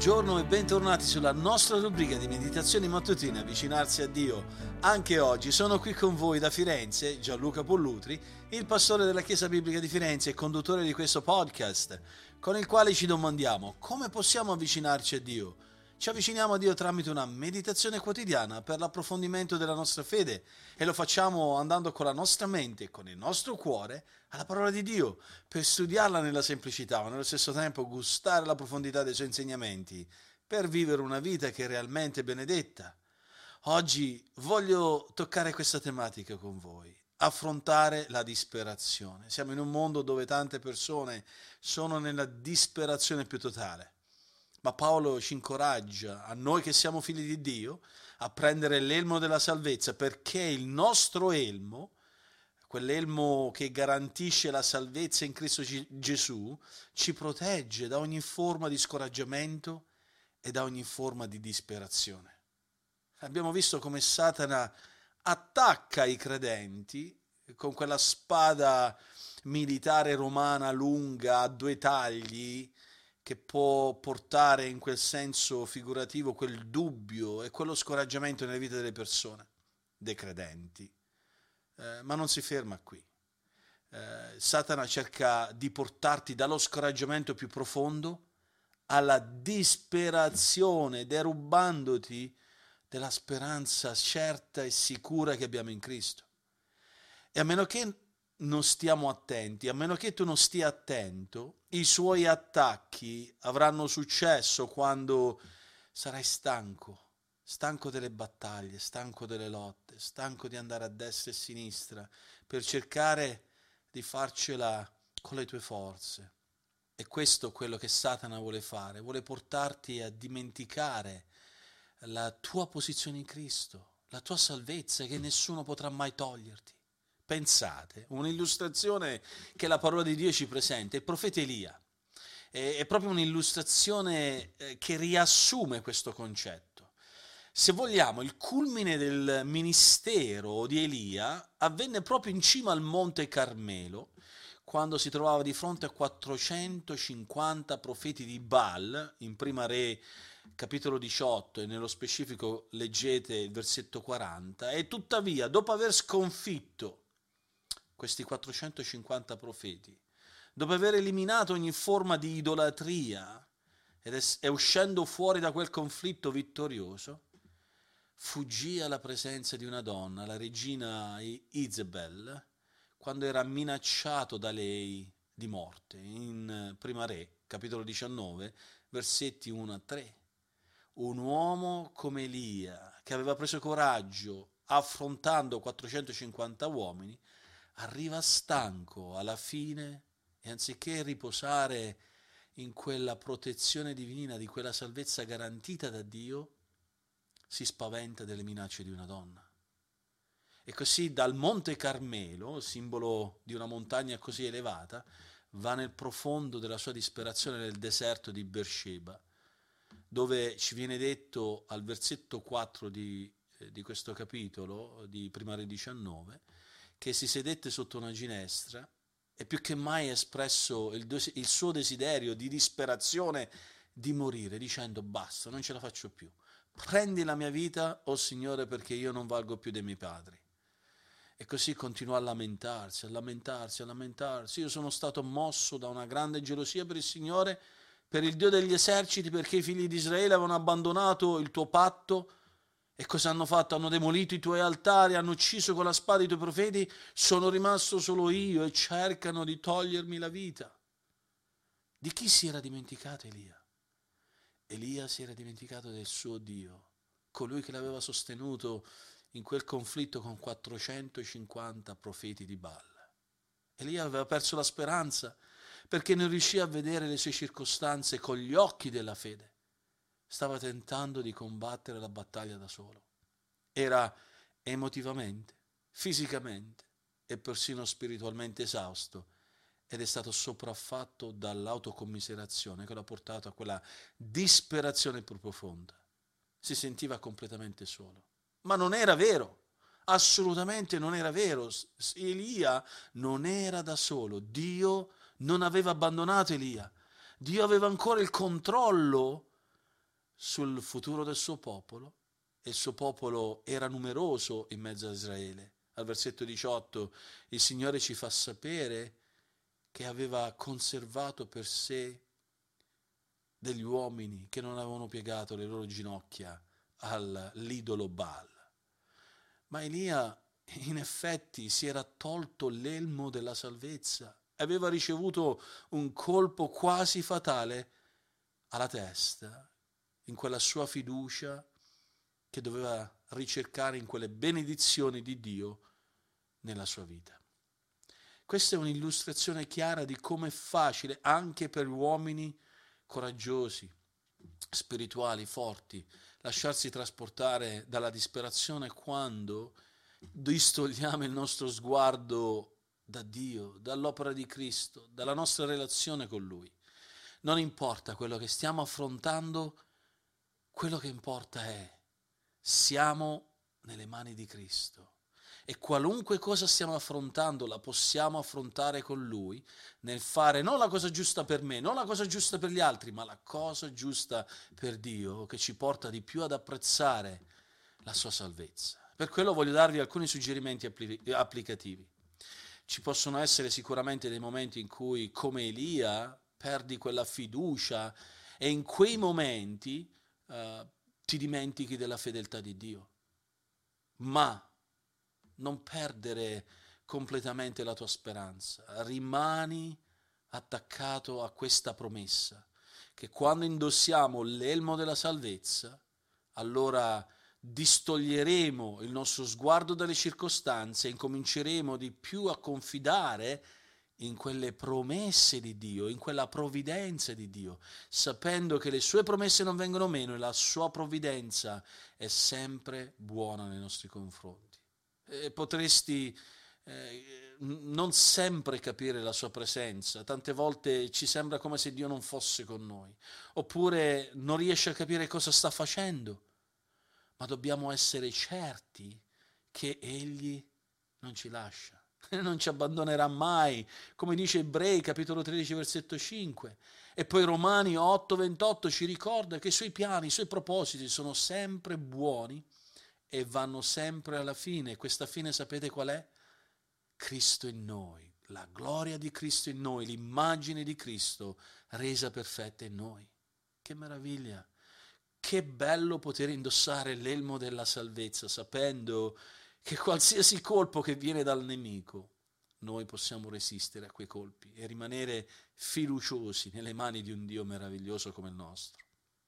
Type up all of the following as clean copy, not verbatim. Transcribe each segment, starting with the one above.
Buongiorno e bentornati sulla nostra rubrica di meditazioni mattutine Avvicinarsi a Dio. Anche oggi sono qui con voi da Firenze, Gianluca Pollutri, il pastore della Chiesa Biblica di Firenze e conduttore di questo podcast, con il quale ci domandiamo come possiamo avvicinarci a Dio. Ci avviciniamo a Dio tramite una meditazione quotidiana per l'approfondimento della nostra fede e lo facciamo andando con la nostra mente e con il nostro cuore alla parola di Dio per studiarla nella semplicità ma nello stesso tempo gustare la profondità dei suoi insegnamenti per vivere una vita che è realmente benedetta. Oggi voglio toccare questa tematica con voi, affrontare la disperazione. Siamo in un mondo dove tante persone sono nella disperazione più totale. Ma Paolo ci incoraggia, a noi che siamo figli di Dio, a prendere l'elmo della salvezza, perché il nostro elmo, quell'elmo che garantisce la salvezza in Cristo Gesù, ci protegge da ogni forma di scoraggiamento e da ogni forma di disperazione. Abbiamo visto come Satana attacca i credenti con quella spada militare romana lunga a due tagli, che può portare in quel senso figurativo quel dubbio e quello scoraggiamento nelle vite delle persone, dei credenti. Ma non si ferma qui. Satana cerca di portarti dallo scoraggiamento più profondo alla disperazione, derubandoti della speranza certa e sicura che abbiamo in Cristo. E a meno che non stiamo attenti, a meno che tu non stia attento, i suoi attacchi avranno successo quando sarai stanco delle battaglie, stanco delle lotte, stanco di andare a destra e a sinistra per cercare di farcela con le tue forze. E questo è quello che Satana vuole fare, vuole portarti a dimenticare la tua posizione in Cristo, la tua salvezza che nessuno potrà mai toglierti. Pensate, un'illustrazione che la parola di Dio ci presenta, il profeta Elia. È proprio un'illustrazione che riassume questo concetto. Se vogliamo, il culmine del ministero di Elia avvenne proprio in cima al Monte Carmelo, quando si trovava di fronte a 450 profeti di Baal, in Prima Re capitolo 18, e nello specifico leggete il versetto 40, e tuttavia, dopo aver sconfitto questi 450 profeti, dopo aver eliminato ogni forma di idolatria e uscendo fuori da quel conflitto vittorioso, fuggì alla presenza di una donna, la regina Izebel, quando era minacciato da lei di morte, in Prima Re, capitolo 19, versetti 1 a 3. Un uomo come Elia, che aveva preso coraggio affrontando 450 uomini, arriva stanco alla fine e anziché riposare in quella protezione divina, di quella salvezza garantita da Dio, si spaventa delle minacce di una donna. E così dal Monte Carmelo, simbolo di una montagna così elevata, va nel profondo della sua disperazione nel deserto di Beersheba, dove ci viene detto al versetto 4 di questo capitolo, di Prima Re 19, che si sedette sotto una ginestra e più che mai ha espresso il suo desiderio di disperazione di morire, dicendo: basta, non ce la faccio più, prendi la mia vita, o Signore, perché io non valgo più dei miei padri. E così continuò a lamentarsi, a lamentarsi, a lamentarsi. Io sono stato mosso da una grande gelosia per il Signore, per il Dio degli eserciti, perché i figli di Israele avevano abbandonato il tuo patto. E cosa hanno fatto? Hanno demolito i tuoi altari, hanno ucciso con la spada i tuoi profeti, sono rimasto solo io e cercano di togliermi la vita. Di chi si era dimenticato Elia? Elia si era dimenticato del suo Dio, colui che l'aveva sostenuto in quel conflitto con 450 profeti di Baal. Elia aveva perso la speranza perché non riuscì a vedere le sue circostanze con gli occhi della fede. Stava tentando di combattere la battaglia da solo. Era emotivamente, fisicamente e persino spiritualmente esausto ed è stato sopraffatto dall'autocommiserazione che l'ha portato a quella disperazione più profonda. Si sentiva completamente solo. Ma non era vero, assolutamente non era vero. Elia non era da solo, Dio non aveva abbandonato Elia, Dio aveva ancora il controllo sul futuro del suo popolo, e il suo popolo era numeroso in mezzo a Israele. Al versetto 18 il Signore ci fa sapere che aveva conservato per sé degli uomini che non avevano piegato le loro ginocchia all'idolo Baal. Ma Elia in effetti si era tolto l'elmo della salvezza, aveva ricevuto un colpo quasi fatale alla testa, in quella sua fiducia che doveva ricercare in quelle benedizioni di Dio nella sua vita. Questa è un'illustrazione chiara di come è facile anche per uomini coraggiosi, spirituali, forti, lasciarsi trasportare dalla disperazione quando distogliamo il nostro sguardo da Dio, dall'opera di Cristo, dalla nostra relazione con Lui. Non importa quello che stiamo affrontando, quello che importa è siamo nelle mani di Cristo. E qualunque cosa stiamo affrontando la possiamo affrontare con Lui nel fare non la cosa giusta per me, non la cosa giusta per gli altri, ma la cosa giusta per Dio, che ci porta di più ad apprezzare la sua salvezza. Per quello voglio darvi alcuni suggerimenti applicativi. Ci possono essere sicuramente dei momenti in cui, come Elia, perdi quella fiducia e in quei momenti ti dimentichi della fedeltà di Dio. Ma non perdere completamente la tua speranza, rimani attaccato a questa promessa, che quando indossiamo l'elmo della salvezza, allora distoglieremo il nostro sguardo dalle circostanze e incominceremo di più a confidare in quelle promesse di Dio, in quella provvidenza di Dio, sapendo che le sue promesse non vengono meno e la sua provvidenza è sempre buona nei nostri confronti. Potresti non sempre capire la sua presenza, tante volte ci sembra come se Dio non fosse con noi, oppure non riesci a capire cosa sta facendo, ma dobbiamo essere certi che Egli non ci lascia, non ci abbandonerà mai, come dice Ebrei capitolo 13 versetto 5, e poi Romani 8:28 ci ricorda che i suoi piani, i suoi propositi sono sempre buoni e vanno sempre alla fine. Questa fine sapete qual è? Cristo in noi, la gloria di Cristo in noi, l'immagine di Cristo resa perfetta in noi. Che meraviglia! Che bello poter indossare l'elmo della salvezza, sapendo che qualsiasi colpo che viene dal nemico, noi possiamo resistere a quei colpi e rimanere fiduciosi nelle mani di un Dio meraviglioso come il nostro.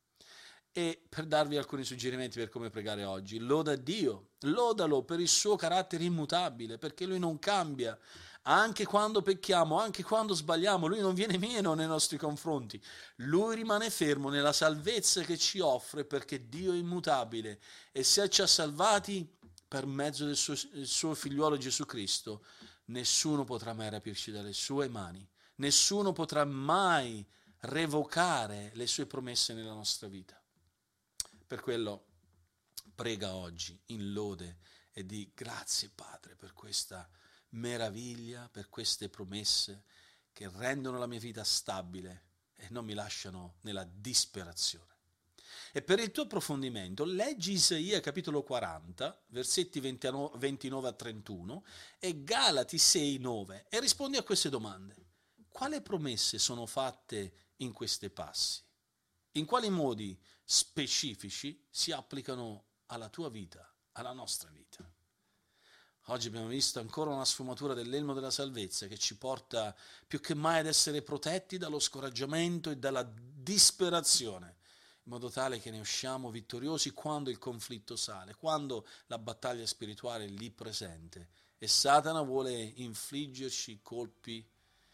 E per darvi alcuni suggerimenti per come pregare oggi, loda Dio, lodalo per il suo carattere immutabile, perché Lui non cambia, anche quando pecchiamo, anche quando sbagliamo, Lui non viene meno nei nostri confronti, Lui rimane fermo nella salvezza che ci offre, perché Dio è immutabile e se ci ha salvati per mezzo del suo figliuolo Gesù Cristo, nessuno potrà mai rapirci dalle sue mani, nessuno potrà mai revocare le sue promesse nella nostra vita. Per quello prega oggi in lode e di grazie Padre per questa meraviglia, per queste promesse che rendono la mia vita stabile e non mi lasciano nella disperazione. E per il tuo approfondimento leggi Isaia capitolo 40, versetti 29 a 31 e Galati 6:9 e rispondi a queste domande. Quali promesse sono fatte in questi passi? In quali modi specifici si applicano alla tua vita, alla nostra vita? Oggi abbiamo visto ancora una sfumatura dell'elmo della salvezza che ci porta più che mai ad essere protetti dallo scoraggiamento e dalla disperazione, in modo tale che ne usciamo vittoriosi quando il conflitto sale, quando la battaglia spirituale è lì presente e Satana vuole infliggerci colpi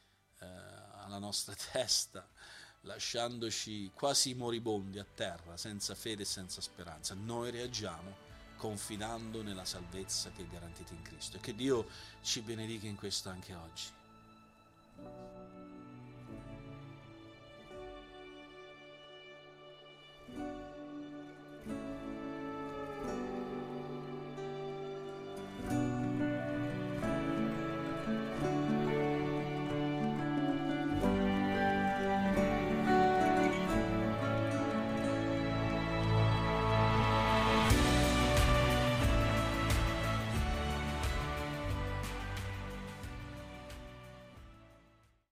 alla nostra testa, lasciandoci quasi moribondi a terra, senza fede e senza speranza. Noi reagiamo confidando nella salvezza che è garantita in Cristo. E che Dio ci benedica in questo anche oggi.